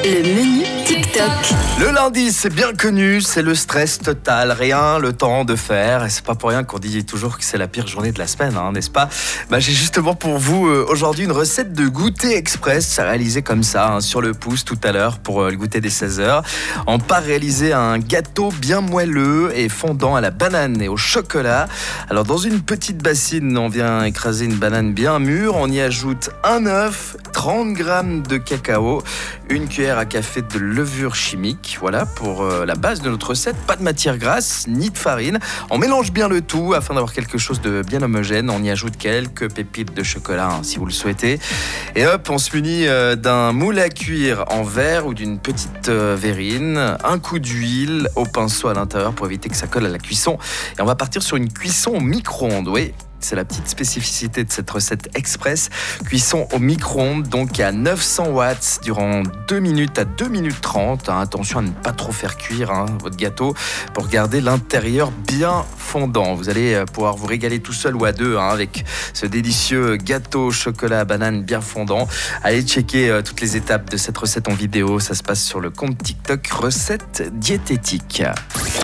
Le menu TikTok. Le lundi, c'est bien connu, c'est le stress total, rien le temps de faire. Et c'est pas pour rien qu'on dit toujours que c'est la pire journée de la semaine, n'est-ce pas ? J'ai justement pour vous aujourd'hui une recette de goûter express, réalisée comme ça, sur le pouce tout à l'heure pour le goûter des 16h. On part réaliser un gâteau bien moelleux et fondant à la banane et au chocolat. Alors dans une petite bassine, on vient écraser une banane bien mûre, on y ajoute un œuf, 30 grammes de cacao, une cuillère à café de levure chimique. Voilà pour la base de notre recette. Pas de matière grasse ni de farine. On mélange bien le tout afin d'avoir quelque chose de bien homogène. On y ajoute quelques pépites de chocolat si vous le souhaitez. Et hop, on se munit d'un moule à cuire en verre ou d'une petite verrine. Un coup d'huile au pinceau à l'intérieur pour éviter que ça colle à la cuisson. Et on va partir sur une cuisson au micro-ondes. Oui. C'est la petite spécificité de cette recette express. Cuisson au micro-ondes, donc à 900 watts durant 2 minutes à 2 minutes 30. Attention à ne pas trop faire cuire votre gâteau pour garder l'intérieur bien fondant. Vous allez pouvoir vous régaler tout seul ou à deux avec ce délicieux gâteau chocolat à banane bien fondant. Allez checker toutes les étapes de cette recette en vidéo. Ça se passe sur le compte TikTok Recette Diététique.